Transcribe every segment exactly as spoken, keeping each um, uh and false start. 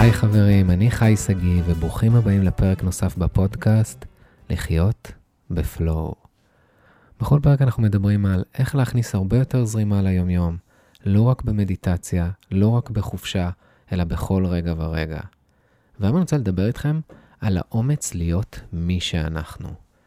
היי חברים, אני חי סגי וברוכים הבאים לפרק נוסף בפודקאסט לחיות בפלואו. בכל פרק אנחנו מדברים על איך להכניס הרבה יותר זרימה ליומיום, לא רק במדיטציה, לא רק בחופשה, אלא בכל רגע ורגע. והיום אני רוצה לדבר איתכם על האומץ להיות מי שאנחנו.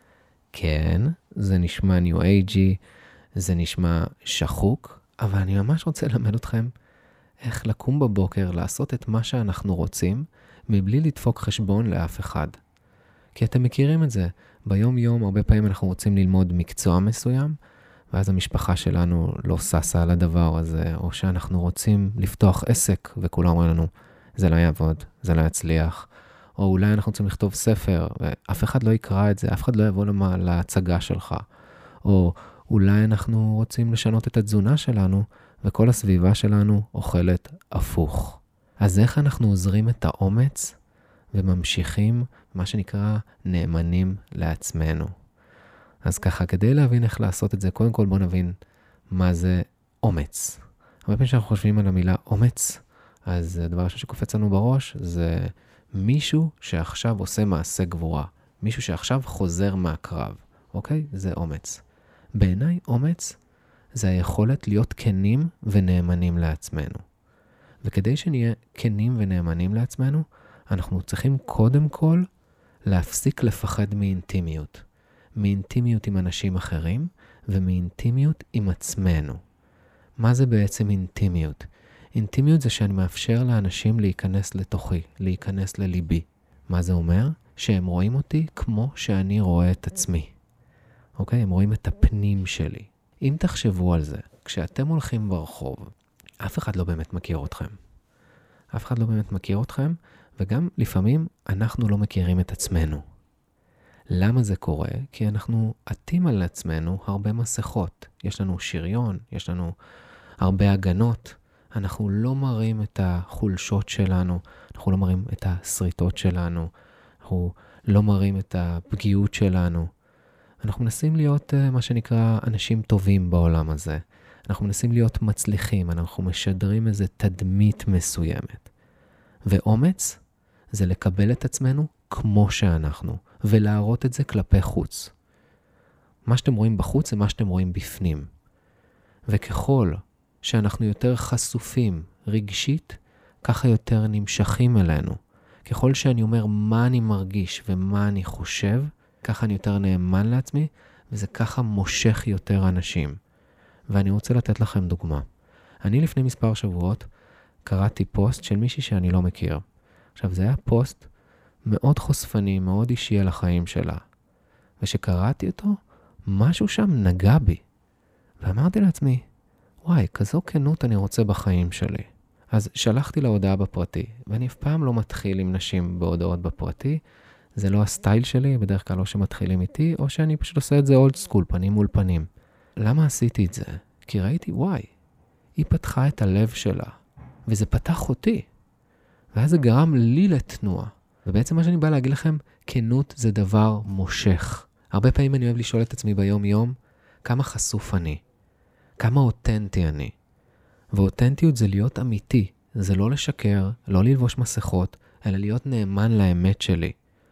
כן, זה נשמע ניו אייג'י, זה נשמע שחוק, אבל אני ממש רוצה ללמד אתכם איך לקום בבוקר, לעשות את מה שאנחנו רוצים, מבלי לדפוק חשבון לאף אחד. כי אתם מכירים את זה, ביום יום הרבה פעמים אנחנו רוצים ללמוד מקצוע מסוים, ואז המשפחה שלנו לא ססה על הדבר הזה, או שאנחנו רוצים לפתוח עסק, וכולם אומרים לנו, זה לא יעבוד, זה לא יצליח, או אולי אנחנו רוצים לכתוב ספר, ואף אחד לא יקרא את זה, אף אחד לא יבוא למה, להצגה שלך, או אולי אנחנו רוצים לשנות את התזונה שלנו, וכל הסביבה שלנו אוכלת הפוך. אז איך אנחנו עוזרים את האומץ וממשיכים מה שנקרא נאמנים לעצמנו? אז ככה, כדי להבין איך לעשות את זה, קודם כל בוא נבין מה זה אומץ. הרבה פעמים שאנחנו חושבים על המילה אומץ, אז הדבר שקופץ לנו בראש זה מישהו שעכשיו עושה מעשה גבורה. מישהו שעכשיו חוזר מהקרב. אוקיי? זה אומץ. בעיניי אומץ זה היכולת להיות כנים ונאמנים לעצמנו. וכדי שנהיה כנים ונאמנים לעצמנו, אנחנו צריכים קודם כל להפסיק לפחד מאינטימיות. מאינטימיות עם אנשים אחרים ומאינטימיות עם עצמנו. מה זה בעצם אינטימיות? אינטימיות זה שאני מאפשר לאנשים להיכנס לתוכי, להיכנס לליבי. מה זה אומר? שהם רואים אותי כמו שאני רואה את עצמי. אוקיי? הם רואים את הפנים שלי. אם תחשבו על זה, כשאתם הולכים ברחוב, אף אחד לא באמת מכיר אתכם. אף אחד לא באמת מכיר אתכם, וגם לפעמים אנחנו לא מכירים את עצמנו. למה זה קורה? כי אנחנו עטים על עצמנו הרבה מסכות. יש לנו שריון, יש לנו הרבה הגנות. אנחנו לא מראים את החולשות שלנו, אנחנו לא מראים את הסריטות שלנו, אנחנו לא מראים את הפגיעות שלנו. אנחנו מנסים להיות מה שנקרא אנשים טובים בעולם הזה. אנחנו מנסים להיות מצליחים, אנחנו משדרים איזו תדמית מסוימת. ואומץ זה לקבל את עצמנו כמו שאנחנו, ולהראות את זה כלפי חוץ. מה שאתם רואים בחוץ זה מה שאתם רואים בפנים. וככל שאנחנו יותר חשופים רגשית, ככה יותר נמשכים אלינו. ככל שאני אומר מה אני מרגיש ומה אני חושב, ככה אני יותר נאמן לעצמי, וזה ככה מושך יותר אנשים. ואני רוצה לתת לכם דוגמה. אני לפני מספר שבועות קראתי פוסט של מישהי שאני לא מכיר. עכשיו, זה היה פוסט מאוד חושפני, מאוד אישי על החיים שלה. ושקראתי אותו, משהו שם נגע בי. ואמרתי לעצמי, וואי, כזו כנות אני רוצה בחיים שלי. אז שלחתי לה הודעה בפרטי, ואני אף פעם לא מתחיל עם נשים בהודעות בפרטי, זה לא הסטייל שלי, בדרך כלל לא שמתחילים איתי, או שאני פשוט עושה את זה אולד סקול, פנים מול פנים. למה עשיתי את זה? כי ראיתי, וואי, היא פתחה את הלב שלה, וזה פתח אותי. ואז זה גרם לי לתנועה. ובעצם מה שאני בא להגיד לכם, כנות זה דבר מושך. הרבה פעמים אני אוהב לשאול את עצמי ביום יום, כמה חשוף אני, כמה אותנטי אני. ואותנטיות זה להיות אמיתי, זה לא לשקר, לא ללבוש מסכות, אלא להיות נאמן לאמת שלי.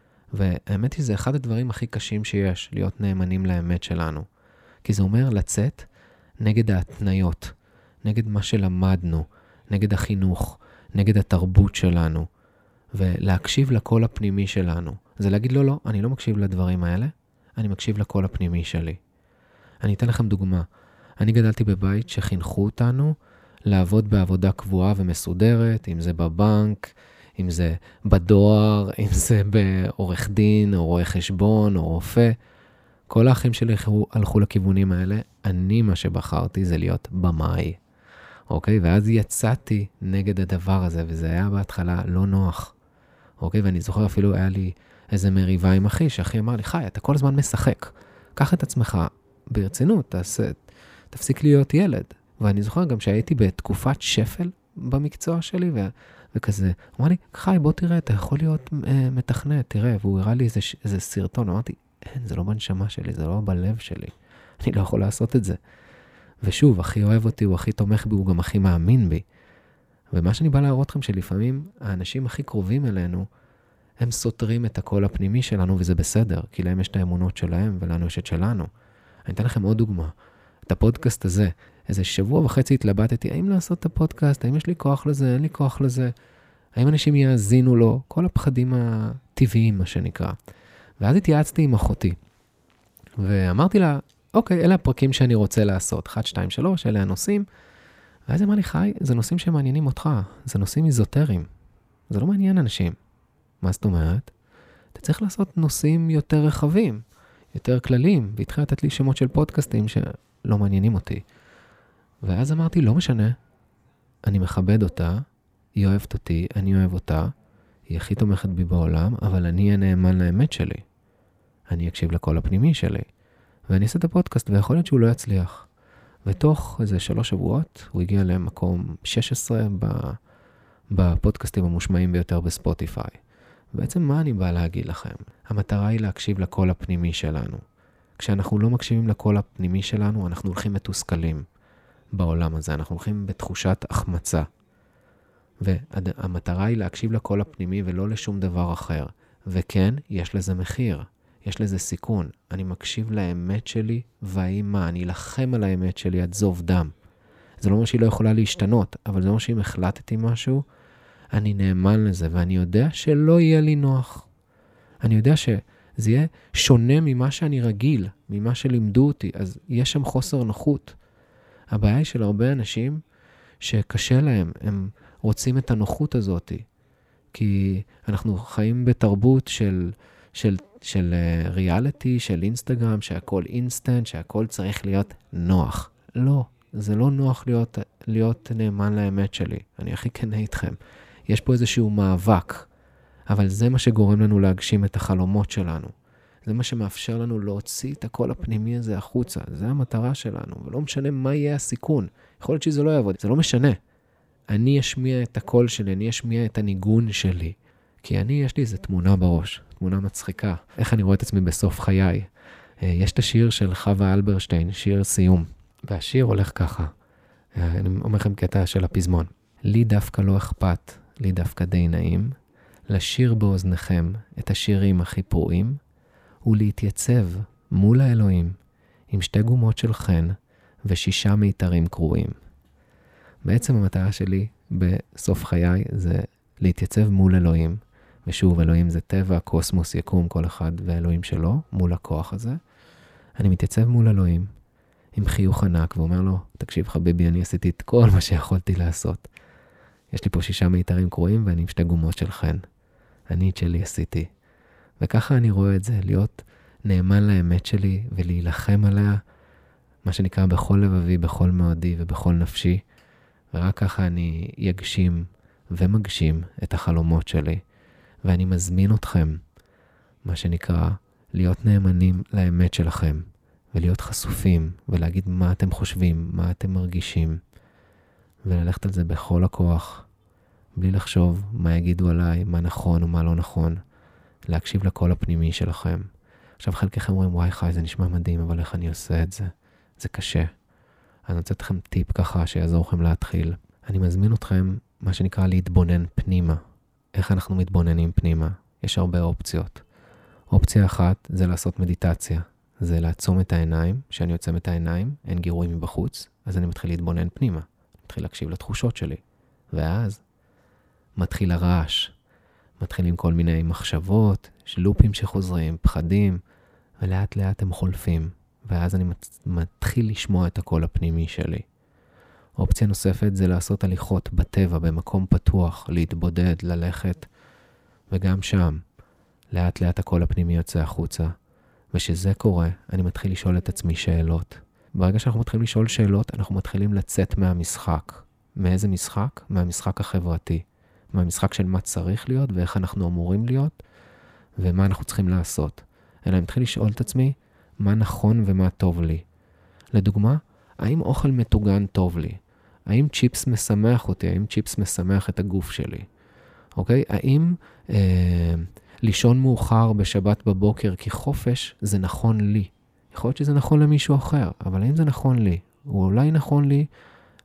והאמת היא זה אחד הדברים הכי קשים שיש, להיות נאמנים לאמת שלנו. כי זה אומר לצאת נגד ההתניות, נגד מה שלמדנו, נגד החינוך, נגד התרבות שלנו, ולהקשיב לקול הפנימי שלנו. זה להגיד לא, לא, אני לא מקשיב לדברים האלה, אני מקשיב לקול הפנימי שלי. אני אתן לכם דוגמה. אני גדלתי בבית שחינכו אותנו לעבוד בעבודה קבועה ומסודרת, אם זה בבנק, אם זה בדואר, אם זה בעורך דין, או רואה חשבון, או רופא. כל האחים שלי הלכו לכיוונים האלה. אני מה שבחרתי זה להיות במאי. אוקיי? ואז יצאתי נגד הדבר הזה, וזה היה בהתחלה לא נוח. אוקיי? ואני זוכר אפילו היה לי איזה מריבה עם אחי, שאחי אמר לי, חי, אתה כל הזמן משחק. קח את עצמך ברצינות, תעשה, תפסיק להיות ילד. ואני זוכר גם שהייתי בתקופת שפל במקצוע שלי, ו... וכזה, אמר לי, חי, בוא תראה, אתה יכול להיות אה, מתכנת, תראה, והוא הראה לי איזה, איזה סרטון, אמרתי, אין, זה לא בנשמה שלי, זה לא בלב שלי, אני לא יכול לעשות את זה. ושוב, הכי אוהב אותי, הוא הכי תומך בי, הוא גם הכי מאמין בי. ומה שאני בא להראות לכם שלפעמים האנשים הכי קרובים אלינו, הם סותרים את הקול הפנימי שלנו, וזה בסדר, כי להם יש את האמונות שלהם, ולנו יש את שלנו. אני אתן לכם עוד דוגמה. את הפודקאסט הזה, איזה שבוע וחצי התלבטתי, האם לעשות את הפודקאסט, האם יש לי כוח לזה, אין לי כוח לזה, האם אנשים יאזינו לו, כל הפחדים הטבעיים, מה שנקרא. ואז התייעצתי עם אחותי, ואמרתי לה, אוקיי, אלה הפרקים שאני רוצה לעשות, אחת, שתיים, שלוש, אלה הנושאים, ואז אמר לי, חי, זה נושאים שמעניינים אותך, זה נושאים איזוטריים, זה לא מעניין אנשים. מה זאת אומרת? אתה צריך לעשות נושאים יותר רחבים, יותר כלליים, והתחילה לתת לי שמות של פודקאסטים שלא מעניינים אותי. ואז אמרתי, לא משנה, אני מכבד אותה, היא אוהבת אותי, אני אוהב אותה, היא הכי תומכת בי בעולם, אבל אני אהיה נאמן לאמת שלי. אני אקשיב לקול הפנימי שלי, ואני אעשה את הפודקאסט, ויכול להיות שהוא לא יצליח. ותוך איזה שלוש שבועות, הוא הגיע למקום שש עשרה בפודקאסטים המושמעים ביותר בספוטיפיי. בעצם מה אני בא להגיד לכם? המטרה היא להקשיב לקול הפנימי שלנו. כשאנחנו לא מקשיבים לקול הפנימי שלנו, אנחנו הולכים מתוסכלים בעולם הזה. אנחנו הולכים בתחושת החמצה. והמטרה היא להקשיב לקול הפנימי ולא לשום דבר אחר. וכן, יש לזה מחיר. יש לזה סיכון. אני מקשיב לאמת שלי, והאם מה? אני אלחם על האמת שלי עד זוב דם. זה לא אומר שהיא לא יכולה להשתנות, אבל זה אומר שאם החלטתי משהו, אני נאמן לזה, ואני יודע שלא יהיה לי נוח. אני יודע שזה יהיה שונה ממה שאני רגיל, ממה שלימדו אותי, אז יש שם חוסר נוחות. הבעיה היא של הרבה אנשים שקשה להם, הם רוצים את הנוחות הזאת, כי אנחנו חיים בתרבות של, של, של ריאליטי, של אינסטגרם, שהכל אינסטנט, שהכל צריך להיות נוח. לא, זה לא נוח להיות, להיות נאמן לאמת שלי. אני הכי כנה איתכם. יש פה איזשהו מאבק, אבל זה מה שגורם לנו להגשים את החלומות שלנו. זה מה שמאפשר לנו להוציא את הקול הפנימי הזה החוצה. זה המטרה שלנו, ולא משנה מה יהיה הסיכון. יכול להיות שזה לא יעבוד, זה לא משנה. אני אשמיע את הקול שלי, אני אשמיע את הניגון שלי. כי אני, יש לי איזו תמונה בראש, תמונה מצחיקה. איך אני רואה את עצמי בסוף חיי. יש את השיר של חווה אלברשטיין, שיר סיום. והשיר הולך ככה. אני אומר לכם קטע של הפזמון. לי דווקא לא אכפת, לי דווקא די נעים, לשיר באוזניכם את השירים הכי פרועים, ולהתייצב מול האלוהים עם שתי גומות של חן ושישה מיתרים קרועים. בעצם המטרה שלי בסוף חיי זה להתייצב מול אלוהים, ושוב, אלוהים זה טבע, קוסמוס, יקום, כל אחד ואלוהים שלו, מול הכוח הזה. אני מתייצב מול אלוהים עם חיוך ענק ואומר לו, תקשיב חביבי, אני עשיתי את כל מה שיכולתי לעשות. יש לי פה שישה מיתרים קרועים ואני עם שתי גומות של חן. אני את שלי עשיתי. וככה אני רואה את זה, להיות נאמן לאמת שלי ולהילחם עליה, מה שנקרא בכל לבבי, בכל מאודי ובכל נפשי. ורק ככה אני יגשים ומגשים את החלומות שלי. ואני מזמין אתכם, מה שנקרא, להיות נאמנים לאמת שלכם, ולהיות חשופים, ולהגיד מה אתם חושבים, מה אתם מרגישים, וללכת על זה בכל הכוח, בלי לחשוב מה יגידו עליי, מה נכון ומה לא נכון, להקשיב לקול הפנימי שלכם. עכשיו חלקכם אומרים, וואי חי, זה נשמע מדהים, אבל איך אני עושה את זה? זה קשה. אני רוצה אתכם טיפ ככה שיעזור לכם להתחיל. אני מזמין אתכם, מה שנקרא, להתבונן פנימה. איך אנחנו מתבוננים פנימה? יש הרבה אופציות. אופציה אחת זה לעשות מדיטציה. זה לעצום את העיניים, שאני יוצם את העיניים, אין גירויים מבחוץ, אז אני מתחיל להתבונן פנימה. מתחיל להקשיב לתחושות שלי. ואז מתחיל הרעש. מתחילים כל מיני מחשבות, שלופים שחוזרים, פחדים, ולאט לאט הם חולפים. ואז אני מתחיל לשמוע את הקול הפנימי שלי. אופציה נוספת זה לעשות הליכות בטבע, במקום פתוח, להתבודד, ללכת, וגם שם, לאט לאט הקול הפנימי יוצא החוצה. ושזה קורה, אני מתחיל לשאול את עצמי שאלות. ברגע שאנחנו מתחילים לשאול שאלות, אנחנו מתחילים לצאת מהמשחק. מאיזה משחק? מהמשחק החברתי. מהמשחק של מה צריך להיות ואיך אנחנו אמורים להיות, ומה אנחנו צריכים לעשות. אלא אני מתחיל לשאול את עצמי, מה נכון ומה טוב לי. לדוגמה, האם אוכל מטוגן טוב לי? האם צ'יפס משמח אותי? האם צ'יפס משמח את הגוף שלי? אוקיי? האם אה, לישון מאוחר בשבת בבוקר כי חופש זה נכון לי? יכול להיות שזה נכון למישהו אחר, אבל האם זה נכון לי? הוא אולי נכון לי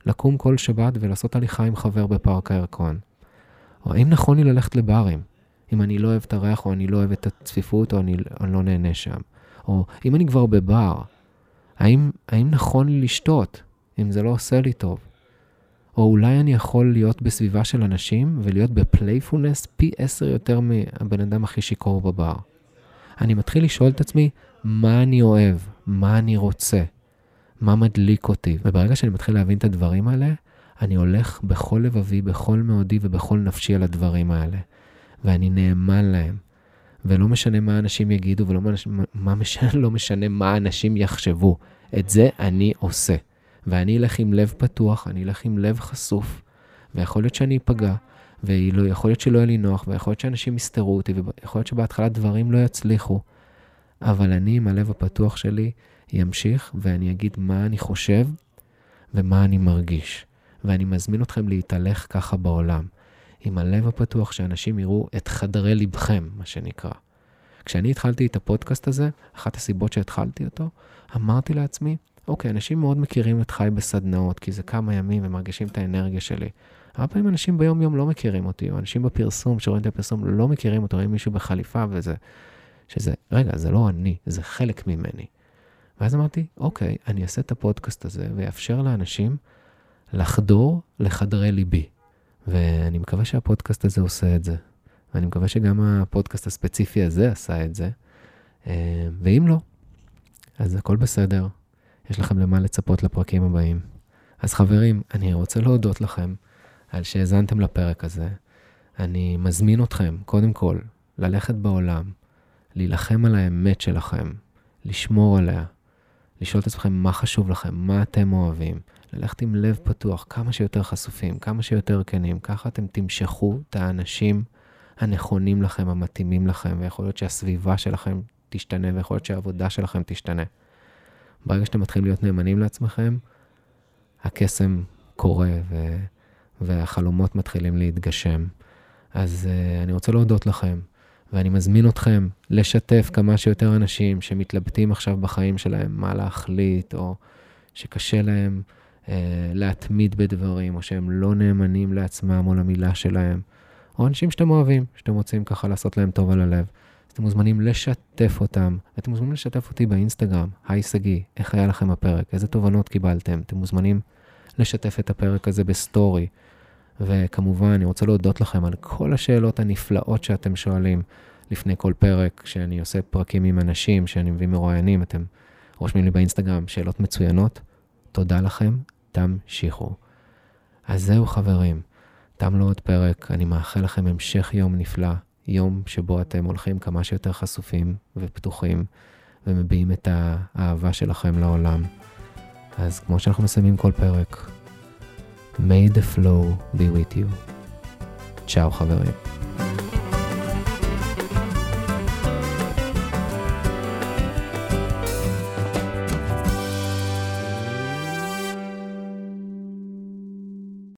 לקום כל שבת ולעשות הליכה עם חבר בפארק הירקון? או האם נכון לי ללכת לברים, אם אני לא אוהב את הריח, או אני לא אוהב את הצפיפות, או אני, אני לא נהנה שם? או אם אני כבר בבר, האם, האם נכון לי לשתות, אם זה לא עושה לי טוב? או אולי אני יכול להיות בסביבה של אנשים, ולהיות בפלייפולנס פי עשר יותר מהבן אדם הכי שיקור בבר. אני מתחיל לשאול את עצמי, מה אני אוהב? מה אני רוצה? מה מדליק אותי? וברגע שאני מתחיל להבין את הדברים האלה, אני הולך בכל לבבי, בכל מאודי ובכל נפשי על הדברים האלה. ואני נאמן להם. ולא משנה מה אנשים יגידו, ולא מה משנה, לא משנה מה אנשים יחשבו. את זה אני עושה. ואני אלך עם לב פתוח, אני אלך עם לב חשוף, ויכול להיות שאני אפגע, ויכול להיות שלא יהיה לי נוח, ויכול להיות שאנשים יסתרו אותי, ויכול להיות שבהתחלה דברים לא יצליחו. אבל אני עם הלב הפתוח שלי ימשיך, ואני אגיד מה אני חושב, ומה אני מרגיש. ואני מזמין אתכם להתהלך ככה בעולם. עם הלב הפתוח שאנשים יראו את חדרי לבכם, מה שנקרא. כשאני התחלתי את הפודקאסט הזה, אחת הסיבות שהתחלתי אותו, אמרתי לעצמי, אוקיי, אנשים מאוד מכירים את חי בסדנאות, כי זה כמה ימים ומרגישים את האנרגיה שלי. הרבה פעמים אנשים ביום יום לא מכירים אותי, או אנשים בפרסום, שרואים את הפרסום, לא מכירים אותו, רואים מישהו בחליפה וזה, שזה, רגע, זה לא אני, זה חלק ממני. ואז אמרתי, אוקיי, אני אעשה את הפודקאסט הזה, ויאפשר לאנשים לחדור לחדרי ליבי. ואני מקווה שהפודקאסט הזה עושה את זה. ואני מקווה שגם הפודקאסט הספציפי הזה עשה את זה. ואם לא, אז הכל בסדר. יש לכם למה לצפות לפרקים הבאים. אז חברים, אני רוצה להודות לכם על שהזנתם לפרק הזה. אני מזמין אתכם, קודם כל, ללכת בעולם, להילחם על האמת שלכם, לשמור עליה, לשאול את עצמכם מה חשוב לכם, מה אתם אוהבים, ללכת עם לב פתוח, כמה שיותר חשופים, כמה שיותר כנים, ככה אתם תמשכו את האנשים הנכונים לכם, המתאימים לכם, ויכול להיות שהסביבה שלכם תשתנה, ויכול להיות שהעבודה שלכם תשתנה. ברגע שאתם מתחילים להיות נאמנים לעצמכם, הקסם קורה ו... והחלומות מתחילים להתגשם. אז uh, אני רוצה להודות לכם, ואני מזמין אתכם לשתף כמה שיותר אנשים שמתלבטים עכשיו בחיים שלהם, מה להחליט, או שקשה להם uh, להתמיד בדברים, או שהם לא נאמנים לעצמם או למילה שלהם, או אנשים שאתם אוהבים, שאתם רוצים ככה לעשות להם טוב על הלב. אתם מוזמנים לשתף אותם. אתם מוזמנים לשתף אותי באינסטגרם. היי סגי, איך היה לכם הפרק? איזה תובנות קיבלתם? אתם מוזמנים לשתף את הפרק הזה בסטורי. וכמובן, אני רוצה להודות לכם על כל השאלות הנפלאות שאתם שואלים לפני כל פרק, שאני עושה פרקים עם אנשים, שאני מביא מרואיינים, אתם רושמים לי באינסטגרם שאלות מצוינות. תודה לכם, תמשיכו. אז זהו חברים, תם לו עוד פרק. אני מאחל לכם המשך יום נפלא. יום שבו אתם הולכים כמה שיותר חשופים ופתוחים, ומביעים את האהבה שלכם לעולם. אז כמו שאנחנו מסיימים כל פרק, May the flow be with you. צ'או חברים.